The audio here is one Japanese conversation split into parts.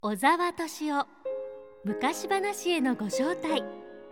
小沢敏夫昔話へのご招待。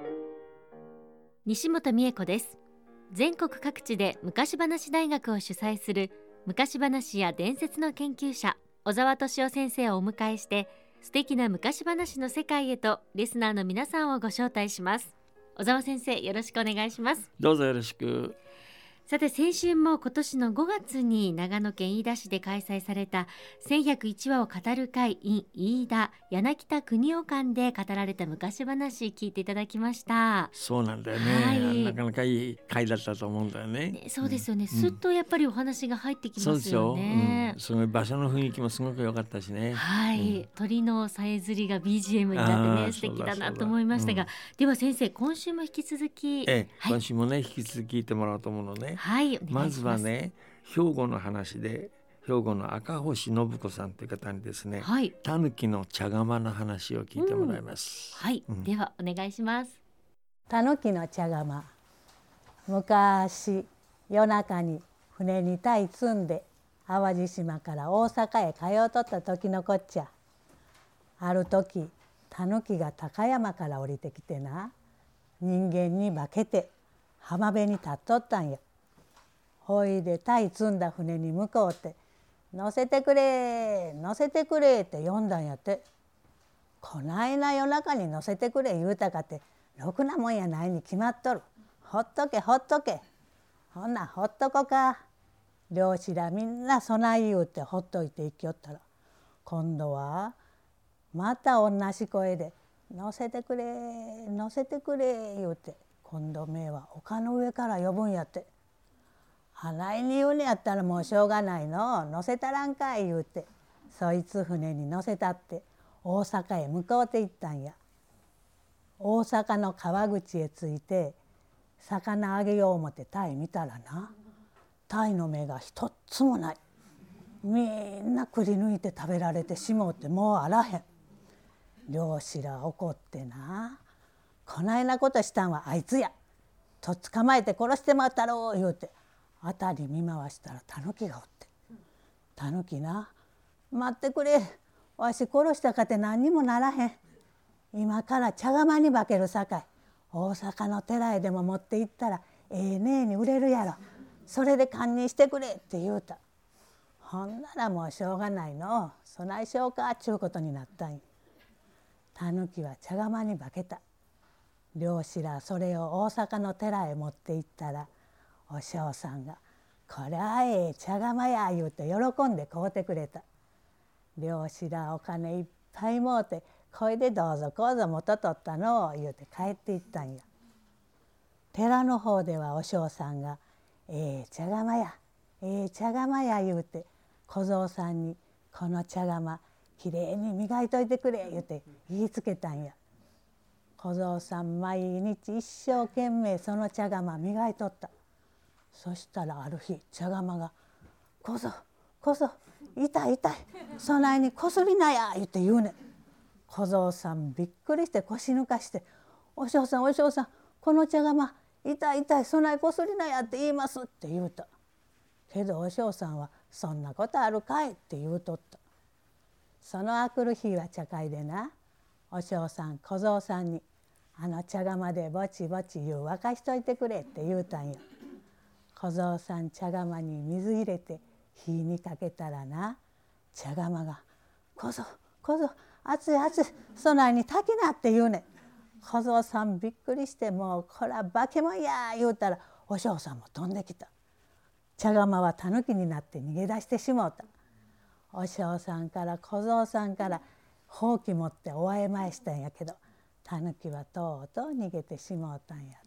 西本美恵子です。全国各地で昔話大学を主催する昔話や伝説の研究者小沢敏夫先生をお迎えして、素敵な昔話の世界へとリスナーの皆さんをご招待します。小沢先生、よろしくお願いします。 どうぞよろしく。 さて、先週も今年の5月に長野県飯田市で開催された1101話を語る会 in 飯田柳田国夫館で語られた昔話聞いていただきました。 そうなんだよね、 はい、 なかなかいい会だったと思うんだよ ね。 そうですよね、すっとやっぱりお話が入ってきますよね。 すごい場所の雰囲気もすごく良かったしね。 はい、鳥のさえずりが BGM になってね、素敵だなと思いましたが、では先生、今週も引き続き、 今週もね引き続き聞いてもらおうと思うのね。 はい、お願いします。 まずはね、兵庫の話で、兵庫の赤星信子さんという方にですね、タヌキの茶釜の話を聞いてもらいます。 ではお願いします。 タヌキの茶釜。昔夜中に船に鯛積んで淡路島から大阪へ通うとった時のこっちゃ。ある時タヌキが高山から降りてきてな、人間に化けて浜辺に立っとったんや。ほいで鯛積んだ船に向こうて乗せてくれ乗せてくれって呼んだんやって。こないな夜中に乗せてくれ言うたかてろくなもんやないに決まっとる。ほっとけほっとけ。ほなほっとこか。漁師らみんなそない言うてほっといて行きよったら、今度はまた同じ声で乗せてくれ乗せてくれ言うて、今度目は丘の上から呼ぶんやって。あないに言うねやったらもうしょうがないの、乗せたらんかい言うて、そいつ船に乗せたって大阪へ向こうて行ったんや。大阪の川口へ着いて魚あげよう思て鯛見たらな、鯛の目が一つもない。みんなくり抜いて食べられてしもうてもうあらへん。漁師ら怒ってな、こないなことしたんはあいつやと捕まえて殺してまったろう言うて、辺り見回したらタヌキがおって、タヌキな、待ってくれ、わし殺したかて何にもならへん。今から茶釜に化けるさかい、大阪の寺へでも持って行ったらええねえに売れるやろ、それで堪忍してくれって言うた。ほんならもうしょうがないの、そないしようかっちゅうことになったんや。タヌキは茶釜に化けた。漁師らそれを大阪の寺へ持って行ったら、お嬢さんがこりゃええ茶釜や言うて喜んで買うてくれた。漁師らお金いっぱいもうて、こいでどうぞこうぞ元取ったのを言うて帰っていったんや。寺の方ではお嬢さんがええ茶釜やええ茶釜や言うて、小僧さんにこの茶釜きれいに磨いといてくれ言うて言いつけたんや。小僧さん毎日一生懸命その茶釜磨いとった。そしたらある日茶釜が「小僧小僧痛い痛い、そないにこすりなや」言って言うねん。小僧さんびっくりして腰抜かして「お嬢さんお嬢さん、この茶釜痛い痛い、そないこすりなやって言います」って言うた。けどお嬢さんは「そんなことあるかい」って言うとった。そのあくる日は茶会でな、お嬢さん小僧さんに「あの茶釜でぼちぼち湯沸かしといてくれ」って言うたんや。小僧さん茶釜に水入れて火にかけたらな、茶釜が「小僧小僧熱い熱い、そないに炊きな」って言うねん。小僧さんびっくりして、もうこら化け物や言うたらお嬢さんも飛んできた。茶釜はタヌキになって逃げ出してしもうた。お嬢さんから小僧さんからほうき持っておあえまいしたんやけど、タヌキはとうとう逃げてしもうたんやって。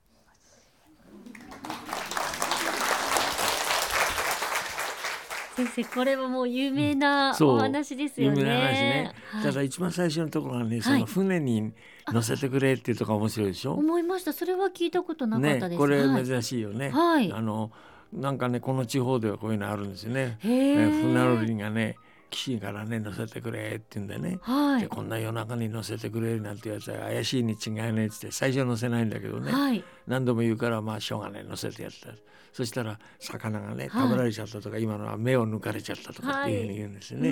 先生、これはもう有名なお話ですよね。 有名な話ね。ただ一番最初のところはね、その船に乗せてくれっていうところが面白いでしょ。 思いました。それは聞いたことなかったです。 これ珍しいよね。なんかね、この地方ではこういうのあるんですよね。船乗りがね、岸からね乗せてくれって言うんでね、でこんな夜中に乗せてくれなんて言われたら怪しいに違いないって最初は乗せないんだけどね、何度も言うからまあしょうがない乗せてやった。そしたら魚がね食べられちゃったとか、今のは目を抜かれちゃったとかっていうふうに言うんですよね。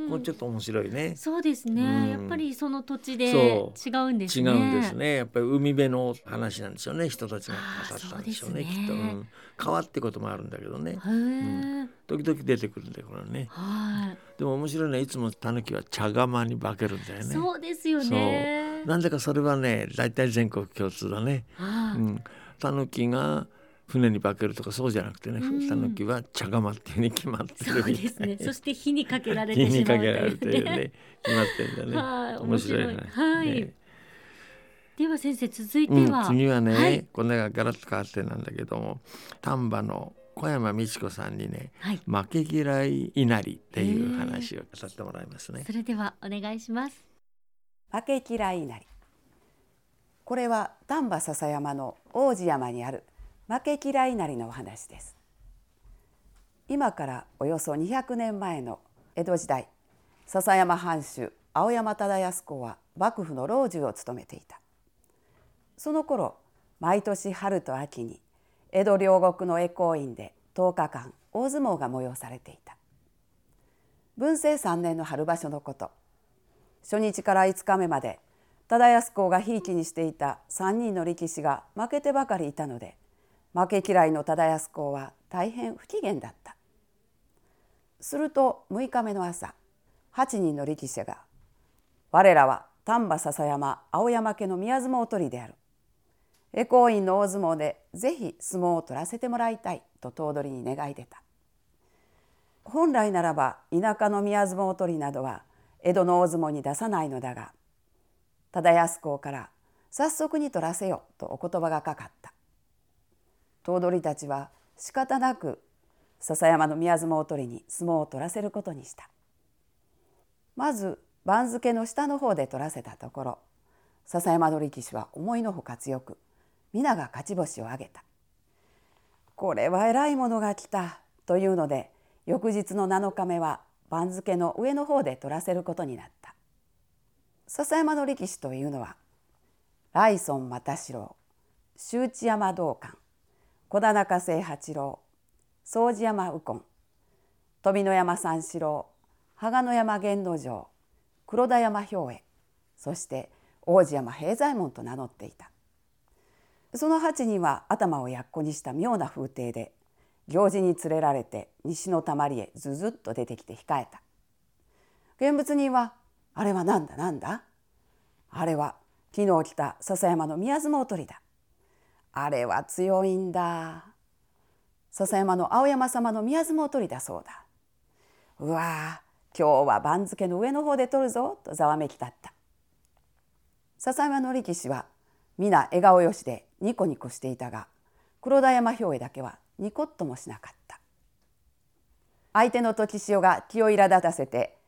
もうちょっと面白いね。 そうですね、やっぱりその土地で違うんですね。 違うんですね。やっぱり海辺の話なんでしょうね。人たちが語ったんでしょうね、きっと。川ってこともあるんだけどね、時々出てくるんだよこれね。でも面白いのはいつもタヌキは茶釜に化けるんだよね。 そうですよね。 なんでかそれはね、大体全国共通だね。タヌキが船に化けるとかそうじゃなくてね、タヌキは茶釜っていう風に決まってるみたい。 そうですね。そして火にかけられてしまうというね。 決まってるんだね。面白いね。 では先生続いては、 次はね、これがガラッと変わってなんだけども、丹波の小山美智子さんにね、負け嫌い稲荷っていう話をさせてもらいますね。 それではお願いします。 負け嫌い稲荷。これは丹波篠山の王子山にある負け嫌い稲荷のお話です。今からおよそ200年前の江戸時代、篠山藩主青山忠康公は幕府の老中を務めていた。その頃、毎年春と秋に江戸両国の恵光院で10日間大相撲が催されていた。文政3年の春場所のこと、初日から5日目まで忠康公がひいきにしていた3人の力士が負けてばかりいたので、負け嫌いの忠康公は大変不機嫌だった。すると6日目の朝、8人の力士が、我らは丹波篠山青山家の宮相撲取りである。恵光院の大相撲でぜひ相撲を取らせてもらいたいと頭取に願い出た。本来ならば田舎の宮相撲取りなどは江戸の大相撲に出さないのだが、忠康公から早速に取らせよとお言葉がかかった。頭取たちは仕方なく篠山の宮相撲取りに相撲を取らせることにした。まず番付の下の方で取らせたところ、篠山の力士は思いのほか強く、皆が勝ち星を挙げた。これは偉いものが来たというので、翌日の7日目は番付の上の方で取らせることになった。篠山の力士というのは、来孫又四郎、周知山道館、小田中清八郎、宗寺山右近、飛野山三四郎、羽賀野山源之丞、黒田山兵衛、そして王子山平左衛門と名乗っていた。その8人は頭をやっこにした妙な風体で、行司に連れられて西のたまりへずずっと出てきて控えた。見物人は、あれはなんだなんだ、あれは昨日来た篠山の宮相撲取りだ、あれは強いんだ、篠山の青山様の宮相撲取りだそうだ、うわー、今日は番付の上の方で取るぞとざわめき立った。篠山の力士は皆笑顔よしでニコニコしていたが、黒田山兵衛だけはニコッともしなかった。相手の時潮が気を苛立たせて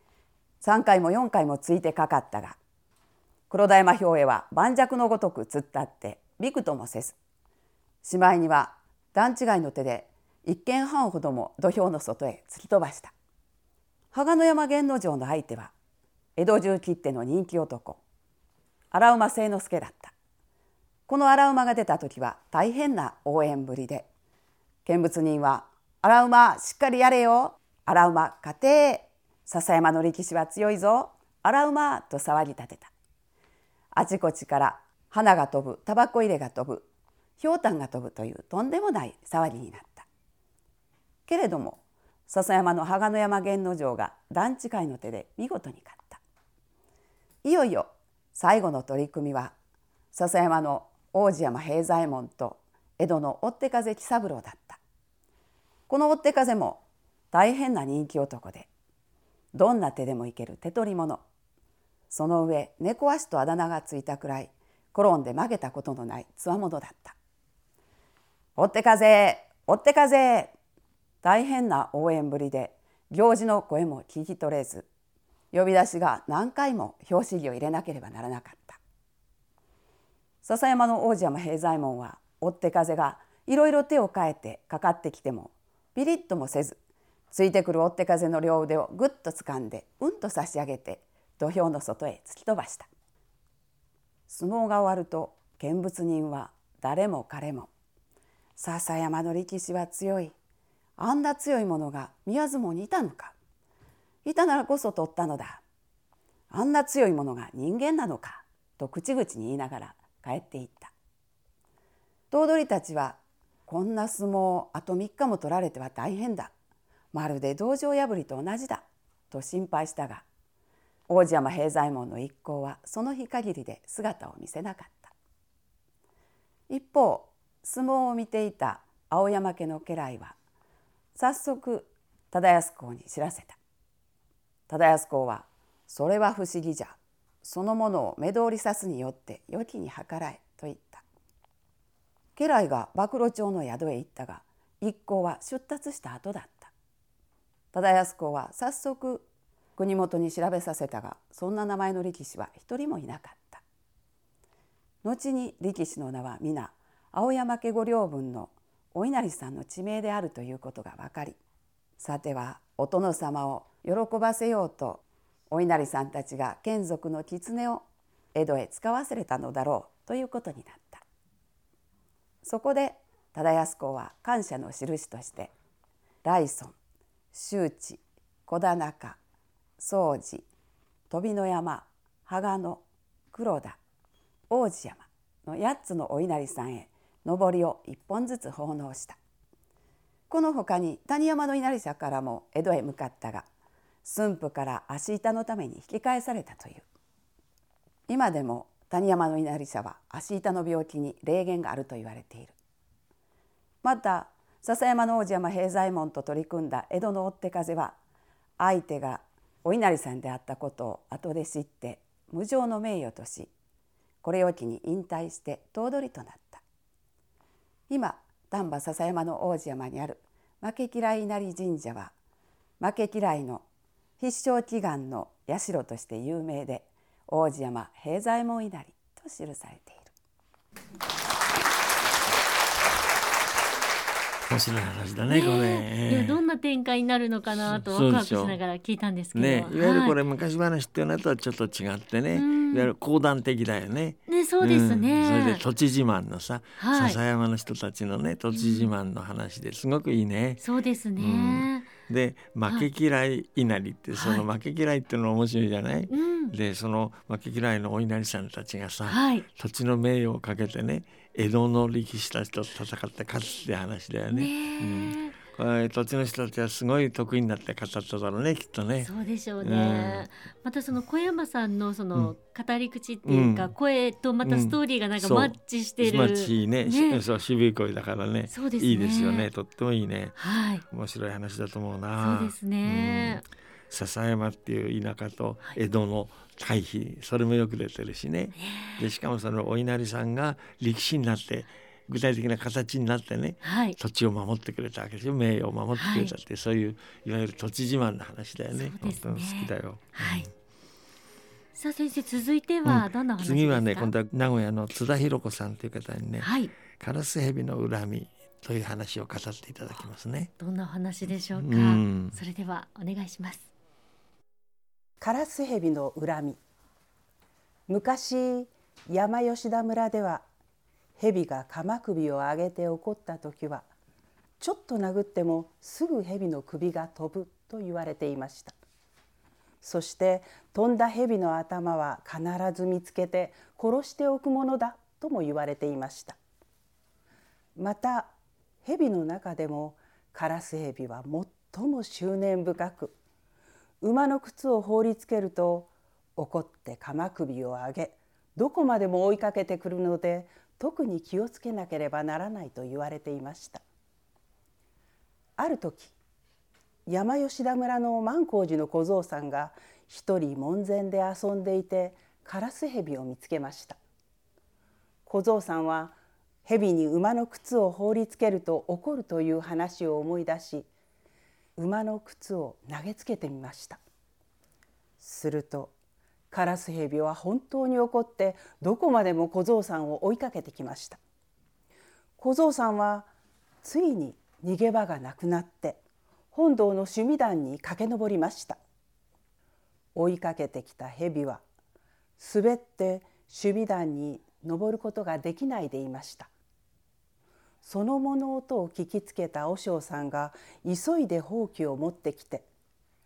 3回も4回もついてかかったが、黒田山兵衛は盤石のごとく突っ立ってびくともせず、しまいには段違いの手で1間半ほども土俵の外へ突き飛ばした。羽賀野山源之丞の相手は江戸中きっての人気男、荒馬清之助だった。この荒馬が出た時は大変な応援ぶりで、見物人は荒馬しっかりやれよ、荒馬勝て、篠山の力士は強いぞ、荒馬と騒ぎ立てた。あちこちから花が飛ぶ、タバコ入れが飛ぶ、ひょうたんが飛ぶというとんでもない騒ぎになった。けれども篠山の羽賀野山源之丞が段違いの手で見事に勝った。いよいよ最後の取り組みは篠山の王子山平左衛門と江戸の追っ手風喜三郎だった。この追っ手風も大変な人気男で、どんな手でもいける手取り者、その上猫足とあだ名がついたくらい転んで曲げたことのないつわものだった。追っ手風、追っ手風、大変な応援ぶりで行司の声も聞き取れず、呼び出しが何回も拍子木を入れなければならなかった。篠山の王子山平左衛門は追っ手風がいろいろ手を変えてかかってきてもピリッともせず、ついてくる追っ手風の両腕をぐっと掴んでうんと差し上げて土俵の外へ突き飛ばした。相撲が終わると見物人は誰も彼も、篠山の力士は強い、あんな強い者が宮相撲にいたのか、 いたならこそ取ったのだ。あんな強いものが人間なのかと口々に言いながら帰っていった。頭取たちは、こんな相撲をあと3日も取られては大変だ。まるで道場破りと同じだと心配したが、王子山平左衛門の一行はその日限りで姿を見せなかった。一方、相撲を見ていた青山家の家来は早速忠康公に知らせた。忠康公は、それは不思議じゃ。そのものを目通りさすによって良きに計らえと言った。家来が馬喰町の宿へ行ったが、一行は出立した後だった。忠康公は早速国元に調べさせたが、そんな名前の力士は一人もいなかった。後に力士の名は皆青山家御領分のお稲荷さんの地名であるということが分かり、さてはお殿様を喜ばせようとお稲荷さんたちが眷属の狐を江戸へ使わせれたのだろうということになった。そこで忠康公は感謝の印として、来村、周知、小田中、宗寺、飛の山、羽野、黒田、王子山の8つのお稲荷さんへ上りを1本ずつ奉納した。このほかに谷山の稲荷社からも江戸へ向かったが、駿府から足板のために引き返されたという。今でも谷山の稲荷社は足板の病気に霊言があると言われている。また篠山の王子山平左衛門と取り組んだ江戸の追っ手風は、相手がお稲荷さんであったことを後で知って無上の名誉とし、これを機に引退して頭取となった。今丹波篠山の王子山にある負け嫌い稲荷神社は、負け嫌いの必勝祈願の社として有名で、王子山平左衛門稲荷と記されている。 面白い話だね、これ。 いや、どんな展開になるのかなとワクワクしながら聞いたんですけど、 ね、いわゆるこれ昔話っていうのとはちょっと違ってね、いわゆる講談的だよね。 ね、そうですね、 それで土地自慢のさ、篠山の人たちのね土地自慢の話ですごくいいね。 そうですね。 で負け嫌い稲荷って、その負け嫌いっていうのは面白いじゃない。でその負け嫌いのお稲荷さんたちがさ、土地の名誉をかけてね、江戸の力士たちと戦って勝つって話だよね。これ土地の人たちはすごい得意になって語っただろうね、きっとね。 そうでしょうね。またその小山さんのその語り口っていうか、声とまたストーリーがなんかマッチしてる。 マッチね。そう、渋い声だからね。 そうですね。 いいですよね。とってもいいね。面白い話だと思うな。 そうですね。 篠山っていう田舎と江戸の対比、それもよく出てるしね。でしかもそのお稲荷さんが力士になって具体的な形になってね、土地を守ってくれたわけですよ。名誉を守ってくれたって、そういういわゆる土地自慢の話だよね。本当に好きだよ。 さあ先生、続いてはどんな話ですか？ 次はね、今度は名古屋の津田弘子さんという方にね、カラスヘビの恨みという話を語っていただきますね。 どんな話でしょうか。それではお願いします。 カラスヘビの恨み。昔山吉田村では、ヘビが鎌首を上げて怒った時は、ちょっと殴ってもすぐヘビの首が飛ぶと言われていました。そして飛んだヘビの頭は必ず見つけて殺しておくものだとも言われていました。またヘビの中でもカラスヘビは最も執念深く、馬の靴を放りつけると怒って鎌首を上げ、どこまでも追いかけてくるので、特に気をつけなければならないと言われていました。ある時、山吉田村の万光寺の小僧さんが一人門前で遊んでいて、カラスヘビを見つけました。小僧さんはヘビに馬の靴を放りつけると怒るという話を思い出し、馬の靴を投げつけてみました。するとカラスヘビは本当に怒ってどこまでも小僧さんを追いかけてきました。小僧さんはついに逃げ場がなくなって本堂の守備段に駆け上りました。追いかけてきたヘビは滑って守備段に登ることができないでいました。その物音を聞きつけた和尚さんが急いでほうきを持ってきて、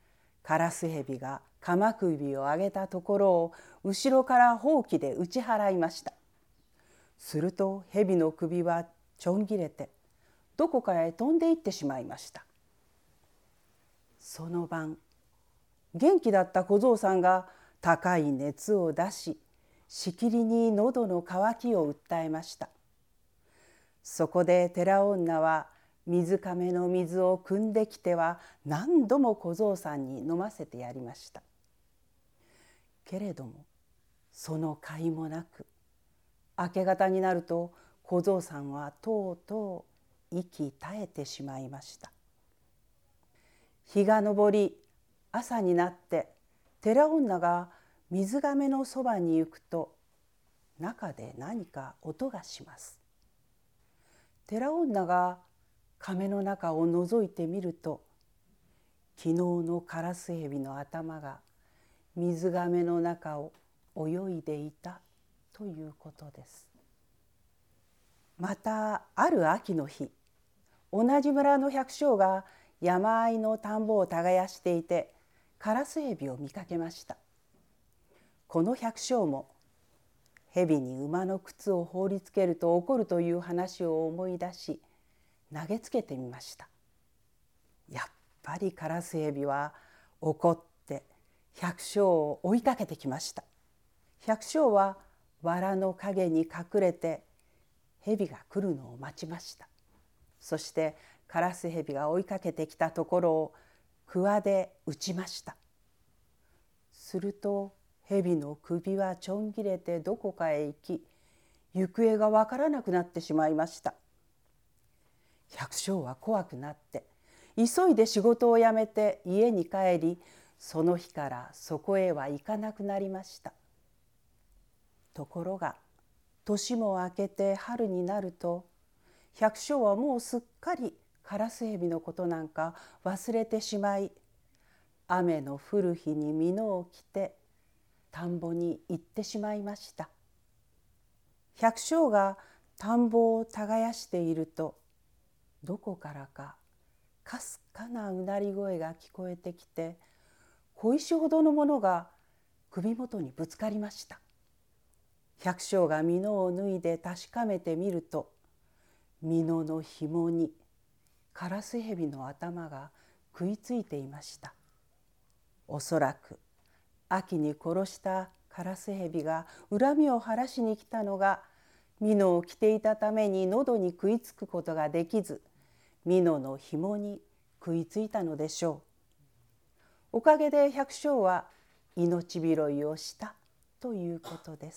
カラスヘビが鎌首を上げたところを後ろからほうきで打ち払いました。するとヘビの首はちょん切れてどこかへ飛んでいってしまいました。その晩、元気だった小僧さんが高い熱を出し、しきりに喉の渇きを訴えました。そこで寺女は水亀の水を汲んできては何度も小僧さんに飲ませてやりました。けれどもその甲斐もなく、明け方になると小僧さんはとうとう息絶えてしまいました。日が昇り朝になって寺女が水亀のそばに行くと、中で何か音がします。寺女が亀の中を覗いてみると、昨日のカラスヘビの頭が水亀の中を泳いでいたということです。またある秋の日、同じ村の百姓が山あいの田んぼを耕していて、カラスヘビを見かけました。この百姓もヘビに馬の靴を放りつけると怒るという話を思い出し、投げつけてみました。やっぱりカラスヘビは怒って百姓を追いかけてきました。百姓は藁の陰に隠れてヘビが来るのを待ちました。そしてカラスヘビが追いかけてきたところをくわで打ちました。するとヘビの首はちょん切れてどこかへ行き、行方がわからなくなってしまいました。百姓は怖くなって急いで仕事を辞めて家に帰り、その日からそこへは行かなくなりました。ところが年も明けて春になると、百姓はもうすっかりカラスヘビのことなんか忘れてしまい、雨の降る日に蓑を着て田んぼに行ってしまいました。百姓が田んぼを耕していると、どこからかかすかなうなり声が聞こえてきて、小石ほどのものが首元にぶつかりました。百姓が蓑を脱いで確かめてみると、蓑の紐にカラスヘビの頭が食いついていました。おそらく秋に殺したカラスヘビが恨みを晴らしに来たのが、蓑を着ていたために喉に食いつくことができず、蓑の紐に食いついたのでしょう。おかげで百姓は命拾いをしたということです。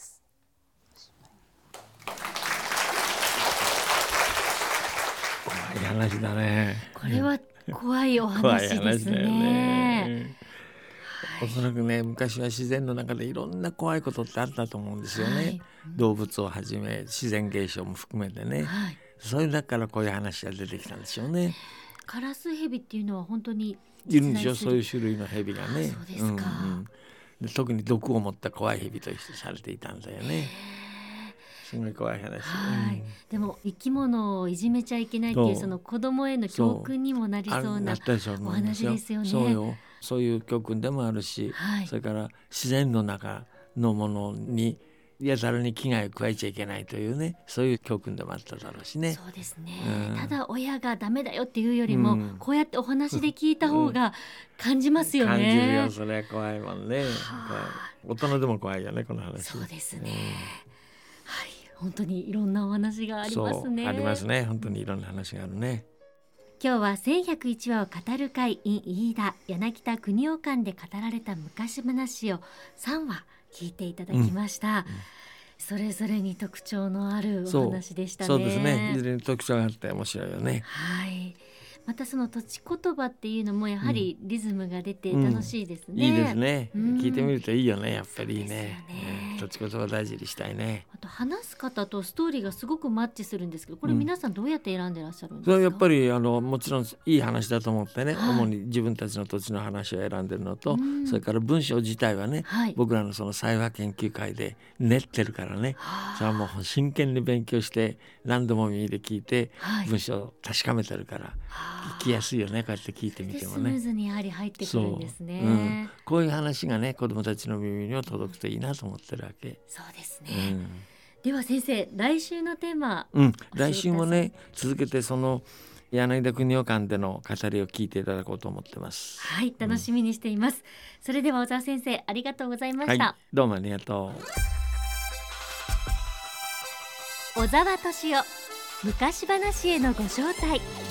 怖い話だね。 これは怖いお話ですね。 おそらくね、昔は自然の中でいろんな怖いことってあったと思うんですよね、はい、動物をはじめ自然現象も含めてね、はい、そういう中からこういう話が出てきたんでしょうね。 カラスヘビっていうのは本当にいるんでしょ、そういう種類のヘビがね。 そうですか、 で特に毒を持った怖いヘビとしてされていたんだよね。すごい怖い話、 でも生き物をいじめちゃいけないっていう、その子供への教訓にもなりそうなお話ですよね。 そうよ、そういう教訓でもあるし、それから自然の中のものにやたらに危害を加えちゃいけないというね、そういう教訓でもあっただろうしね。 そうですね、ただ親がダメだよっていうよりも、こうやってお話で聞いた方が感じますよね。 感じるよ、それは怖いもんね。大人でも怖いよね、この話。 そうですね、はい、本当にいろんなお話がありますね。 そうありますね、本当にいろんな話があるね。 今日は1101話を語る会 in 飯田柳田国男館で語られた昔話を3話聞いていただきました、それぞれに特徴のあるお話でしたね。 そうですね、いずれに特徴があって面白いよね。 はい、またその土地言葉っていうのもやはりリズムが出て楽しいですね、 いいですね、聞いてみるといいよね、やっぱりいいね。 立ち言葉大事にしたいね。 あと話す方とストーリーがすごくマッチするんですけど、これ皆さんどうやって選んでらっしゃるんですか？ それやっぱりもちろんいい話だと思ってね、主に自分たちの土地の話を選んでるのと、それから文章自体はね、僕らのその才華研究会で練ってるからね、それはもう真剣に勉強して何度も耳で聞いて文章を確かめてるから聞きやすいよね。こうやって聞いてみてもね、 スムーズにやはり入ってくるんですね。 こういう話がね子どもたちの耳にも届くといいなと思ってるわけ。 そうですね、では先生、来週のテーマ、 来週もね続けてその柳田国男館での語りを聞いていただこうと思ってます。 はい、楽しみにしています。それでは小沢先生、ありがとうございました。 どうもありがとう。小沢敏夫、昔話へのご招待。